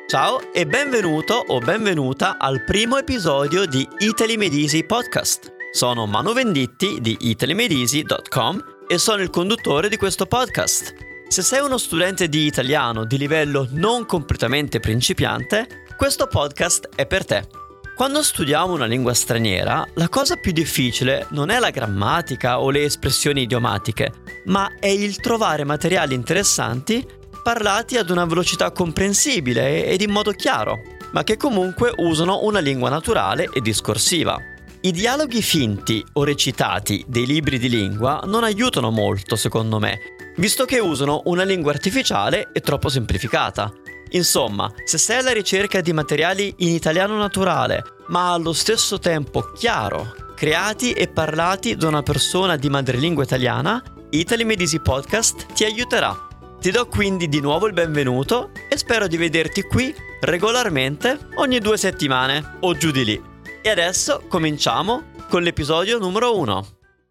Ciao e benvenuto o benvenuta al primo episodio di Italy Made Easy Podcast. Sono Manu Venditti di italymadeeasy.com e sono il conduttore di questo podcast. Se sei uno studente di italiano di livello non completamente principiante, questo podcast è per te. Quando studiamo una lingua straniera, la cosa più difficile non è la grammatica o le espressioni idiomatiche, ma è il trovare materiali interessanti parlati ad una velocità comprensibile ed in modo chiaro, ma che comunque usano una lingua naturale e discorsiva. I dialoghi finti o recitati dei libri di lingua non aiutano molto, secondo me, visto che usano una lingua artificiale e troppo semplificata. Insomma, se sei alla ricerca di materiali in italiano naturale, ma allo stesso tempo chiaro, creati e parlati da una persona di madrelingua italiana, Italy Made Easy Podcast ti aiuterà. Ti do quindi di nuovo il benvenuto e spero di vederti qui regolarmente ogni 2 settimane o giù di lì. E adesso cominciamo con l'episodio numero 1.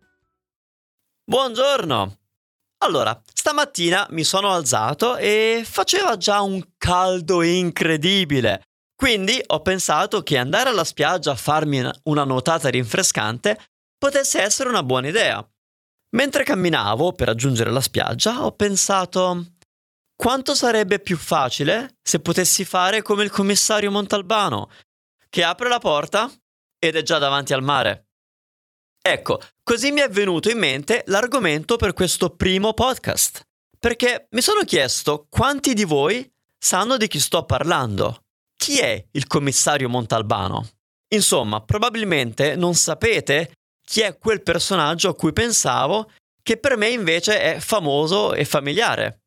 Buongiorno! Allora, stamattina mi sono alzato e faceva già un caldo incredibile. Quindi ho pensato che andare alla spiaggia a farmi una nuotata rinfrescante potesse essere una buona idea. Mentre camminavo per raggiungere la spiaggia ho pensato: quanto sarebbe più facile se potessi fare come il commissario Montalbano, che apre la porta ed è già davanti al mare. Ecco, così mi è venuto in mente l'argomento per questo primo podcast, perché mi sono chiesto quanti di voi sanno di chi sto parlando. Chi è il commissario Montalbano? Insomma, probabilmente non sapete chi è quel personaggio a cui pensavo, che per me invece è famoso e familiare.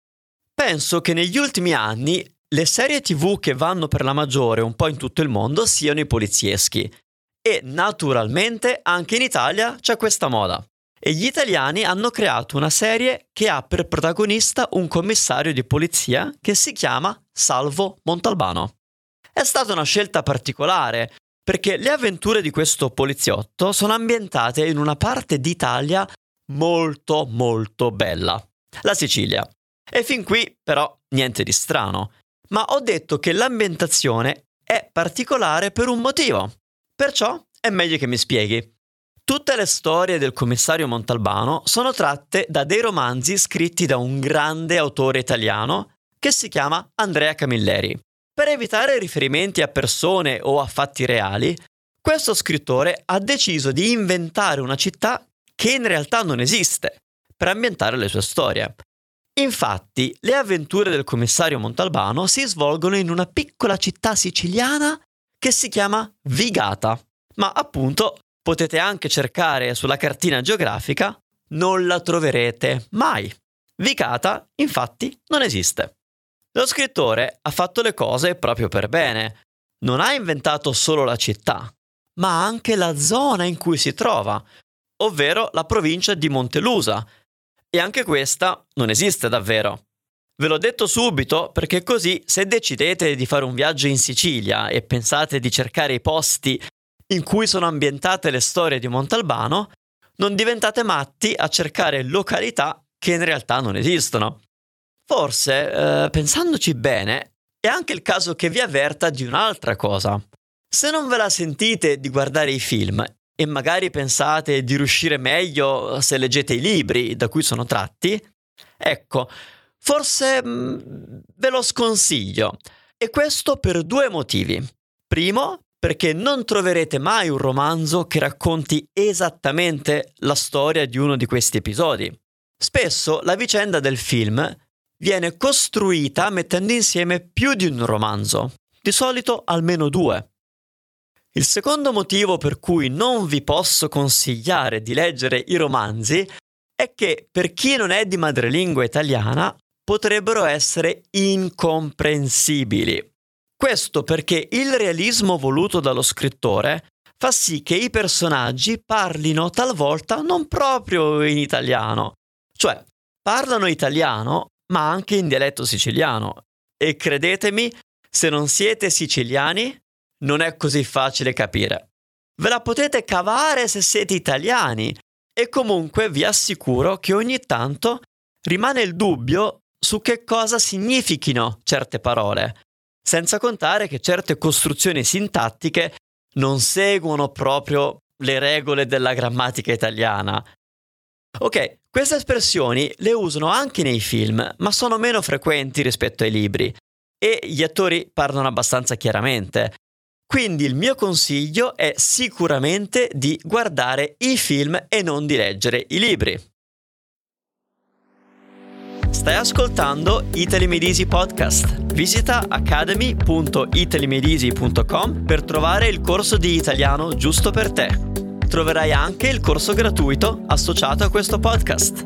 Penso che negli ultimi anni le serie TV che vanno per la maggiore un po' in tutto il mondo siano i polizieschi. E naturalmente anche in Italia c'è questa moda. E gli italiani hanno creato una serie che ha per protagonista un commissario di polizia che si chiama Salvo Montalbano. È stata una scelta particolare perché le avventure di questo poliziotto sono ambientate in una parte d'Italia molto molto bella, la Sicilia. E fin qui però niente di strano, ma ho detto che l'ambientazione è particolare per un motivo. Perciò è meglio che mi spieghi. Tutte le storie del commissario Montalbano sono tratte da dei romanzi scritti da un grande autore italiano che si chiama Andrea Camilleri. Per evitare riferimenti a persone o a fatti reali, questo scrittore ha deciso di inventare una città che in realtà non esiste, per ambientare le sue storie. Infatti, le avventure del commissario Montalbano si svolgono in una piccola città siciliana che si chiama Vigata, ma appunto potete anche cercare sulla cartina geografica, non la troverete mai. Vigata, infatti, non esiste. Lo scrittore ha fatto le cose proprio per bene. Non ha inventato solo la città, ma anche la zona in cui si trova, ovvero la provincia di Montelusa, e anche questa non esiste davvero. Ve l'ho detto subito perché così, se decidete di fare un viaggio in Sicilia e pensate di cercare i posti in cui sono ambientate le storie di Montalbano, non diventate matti a cercare località che in realtà non esistono. Forse, pensandoci bene, è anche il caso che vi avverta di un'altra cosa. Se non ve la sentite di guardare i film e magari pensate di riuscire meglio se leggete i libri da cui sono tratti, ecco, forse ve lo sconsiglio, e questo per 2 motivi. Primo, perché non troverete mai un romanzo che racconti esattamente la storia di uno di questi episodi. Spesso la vicenda del film viene costruita mettendo insieme più di un romanzo, di solito almeno 2. Il secondo motivo per cui non vi posso consigliare di leggere i romanzi è che per chi non è di madrelingua italiana potrebbero essere incomprensibili. Questo perché il realismo voluto dallo scrittore fa sì che i personaggi parlino talvolta non proprio in italiano, cioè parlano italiano ma anche in dialetto siciliano. E credetemi, se non siete siciliani, non è così facile capire. Ve la potete cavare se siete italiani, e comunque vi assicuro che ogni tanto rimane il dubbio su che cosa significhino certe parole. senza contare che certe costruzioni sintattiche non seguono proprio le regole della grammatica italiana. Ok, queste espressioni le usano anche nei film, ma sono meno frequenti rispetto ai libri e gli attori parlano abbastanza chiaramente. Quindi il mio consiglio è sicuramente di guardare i film e non di leggere i libri. Stai ascoltando Italy Made Easy Podcast. Visita academy.italymade-easy.com per trovare il corso di italiano giusto per te. Troverai anche il corso gratuito associato a questo podcast.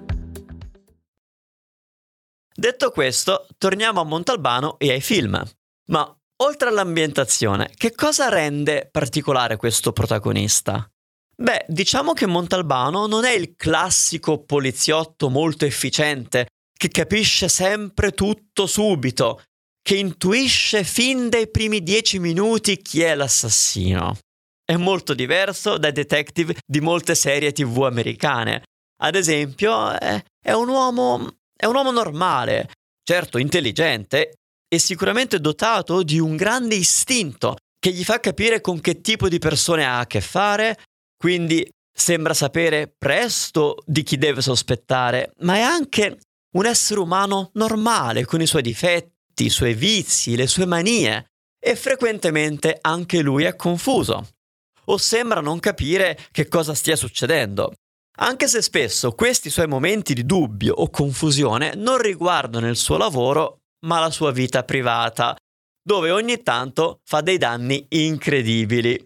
Detto questo, torniamo a Montalbano e ai film. Ma oltre all'ambientazione, che cosa rende particolare questo protagonista? Beh, diciamo che Montalbano non è il classico poliziotto molto efficiente che capisce sempre tutto subito, che intuisce fin dai primi 10 minuti chi è l'assassino. È molto diverso dai detective di molte serie TV americane. Ad esempio, è un uomo normale, certo intelligente e sicuramente dotato di un grande istinto che gli fa capire con che tipo di persone ha a che fare, quindi sembra sapere presto di chi deve sospettare, ma è anche un essere umano normale, con i suoi difetti, i suoi vizi, le sue manie, e frequentemente anche lui è confuso, o sembra non capire che cosa stia succedendo, anche se spesso questi suoi momenti di dubbio o confusione non riguardano il suo lavoro, ma la sua vita privata, dove ogni tanto fa dei danni incredibili.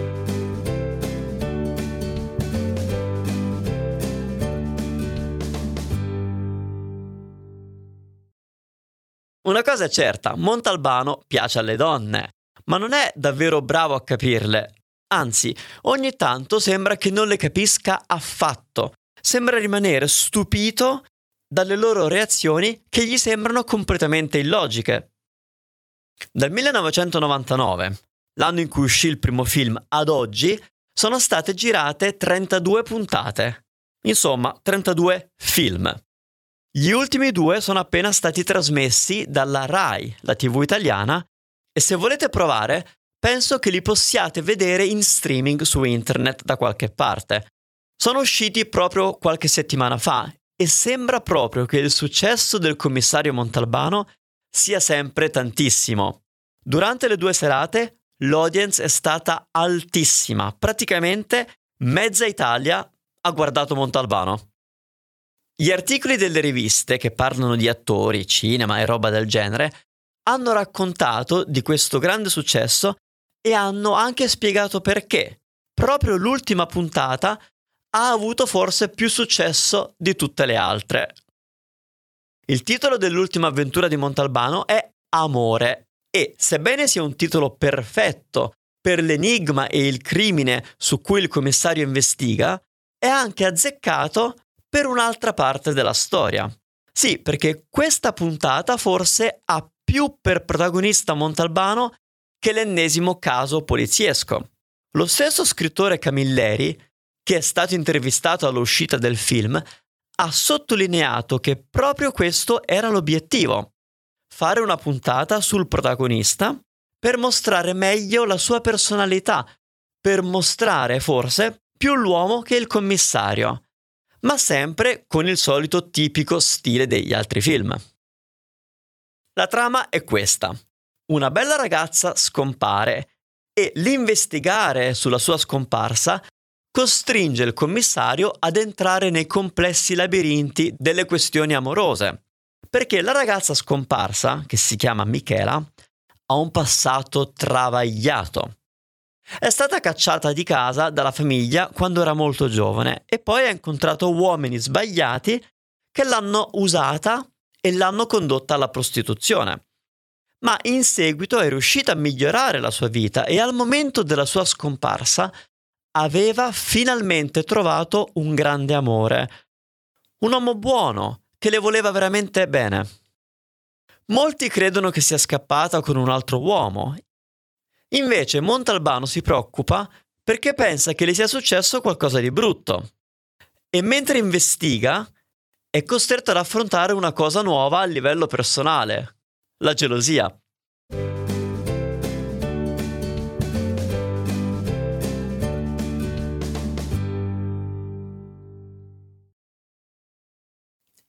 Una cosa è certa, Montalbano piace alle donne, ma non è davvero bravo a capirle. Anzi, ogni tanto sembra che non le capisca affatto. Sembra rimanere stupito dalle loro reazioni che gli sembrano completamente illogiche. Dal 1999, l'anno in cui uscì il primo film, ad oggi, sono state girate 32 puntate. Insomma, 32 film. Gli ultimi 2 sono appena stati trasmessi dalla Rai, la TV italiana, e se volete provare, penso che li possiate vedere in streaming su internet da qualche parte. Sono usciti proprio qualche settimana fa e sembra proprio che il successo del commissario Montalbano sia sempre tantissimo. Durante le 2 serate l'audience è stata altissima, praticamente mezza Italia ha guardato Montalbano. Gli articoli delle riviste che parlano di attori, cinema e roba del genere hanno raccontato di questo grande successo e hanno anche spiegato perché proprio l'ultima puntata ha avuto forse più successo di tutte le altre. Il titolo dell'ultima avventura di Montalbano è Amore e, sebbene sia un titolo perfetto per l'enigma e il crimine su cui il commissario investiga, è anche azzeccato per un'altra parte della storia. Sì, perché questa puntata forse ha più per protagonista Montalbano che l'ennesimo caso poliziesco. Lo stesso scrittore Camilleri, che è stato intervistato all'uscita del film, ha sottolineato che proprio questo era l'obiettivo: fare una puntata sul protagonista per mostrare meglio la sua personalità, per mostrare forse più l'uomo che il commissario, ma sempre con il solito tipico stile degli altri film. La trama è questa. Una bella ragazza scompare e l'investigare sulla sua scomparsa costringe il commissario ad entrare nei complessi labirinti delle questioni amorose, perché la ragazza scomparsa, che si chiama Michela, ha un passato travagliato. È stata cacciata di casa dalla famiglia quando era molto giovane e poi ha incontrato uomini sbagliati che l'hanno usata e l'hanno condotta alla prostituzione. Ma in seguito è riuscita a migliorare la sua vita e al momento della sua scomparsa aveva finalmente trovato un grande amore, un uomo buono che le voleva veramente bene. Molti credono che sia scappata con un altro uomo. Invece Montalbano si preoccupa perché pensa che le sia successo qualcosa di brutto. E mentre investiga, è costretto ad affrontare una cosa nuova a livello personale: la gelosia.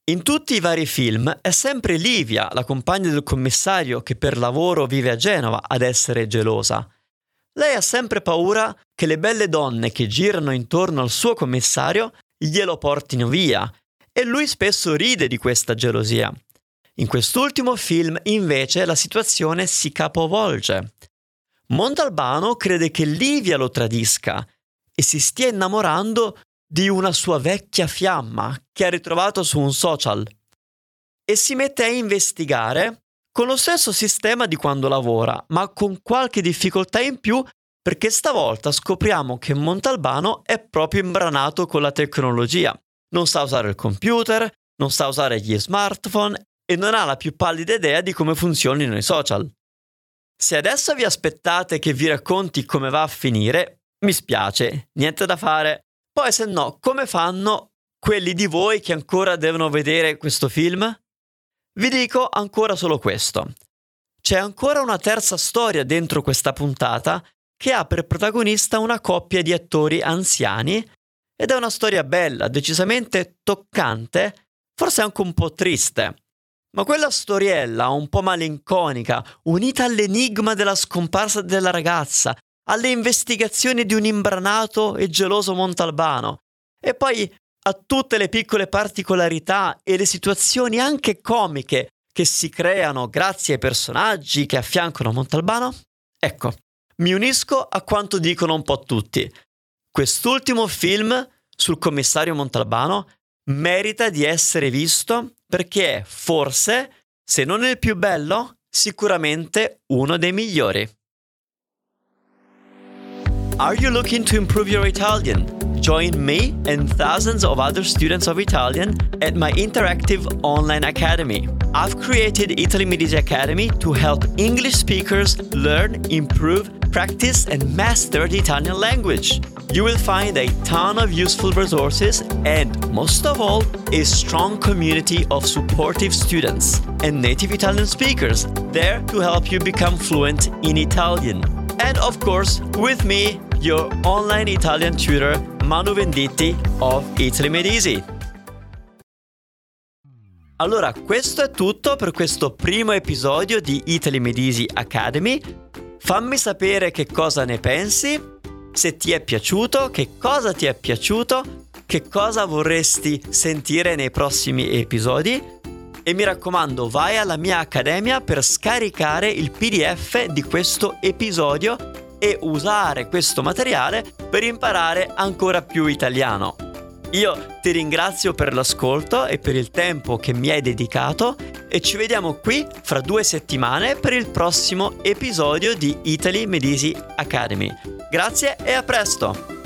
In tutti i vari film è sempre Livia, la compagna del commissario che per lavoro vive a Genova, ad essere gelosa. Lei ha sempre paura che le belle donne che girano intorno al suo commissario glielo portino via, e lui spesso ride di questa gelosia. In quest'ultimo film, invece, la situazione si capovolge. Montalbano crede che Livia lo tradisca e si stia innamorando di una sua vecchia fiamma che ha ritrovato su un social e si mette a investigare con lo stesso sistema di quando lavora, ma con qualche difficoltà in più perché stavolta scopriamo che Montalbano è proprio imbranato con la tecnologia. Non sa usare il computer, non sa usare gli smartphone e non ha la più pallida idea di come funzionino i social. Se adesso vi aspettate che vi racconti come va a finire, mi spiace, niente da fare. Poi se no, come fanno quelli di voi che ancora devono vedere questo film? Vi dico ancora solo questo. C'è ancora una terza storia dentro questa puntata che ha per protagonista una coppia di attori anziani ed è una storia bella, decisamente toccante, forse anche un po' triste. Ma quella storiella un po' malinconica, unita all'enigma della scomparsa della ragazza, alle investigazioni di un imbranato e geloso Montalbano e poi a tutte le piccole particolarità e le situazioni anche comiche che si creano grazie ai personaggi che affiancano Montalbano, ecco, mi unisco a quanto dicono un po' tutti. Quest'ultimo film sul commissario Montalbano merita di essere visto perché è forse, se non il più bello, sicuramente uno dei migliori. Are you looking to improve your Italian? Join me and thousands of other students of Italian at my interactive online academy. I've created Italy Medici Academy to help English speakers learn, improve, practice, and master the Italian language. You will find a ton of useful resources and, most of all, a strong community of supportive students and native Italian speakers there to help you become fluent in Italian. And of course, with me, your online Italian tutor, Manu Venditti of Italy Medici. Allora, questo è tutto per questo primo episodio di Italy Medici Academy. Fammi sapere che cosa ne pensi, se ti è piaciuto, che cosa ti è piaciuto, che cosa vorresti sentire nei prossimi episodi. E mi raccomando, vai alla mia accademia per scaricare il PDF di questo episodio e usare questo materiale per imparare ancora più italiano. Io ti ringrazio per l'ascolto e per il tempo che mi hai dedicato e ci vediamo qui fra 2 settimane per il prossimo episodio di Italy Medici Academy. Grazie e a presto!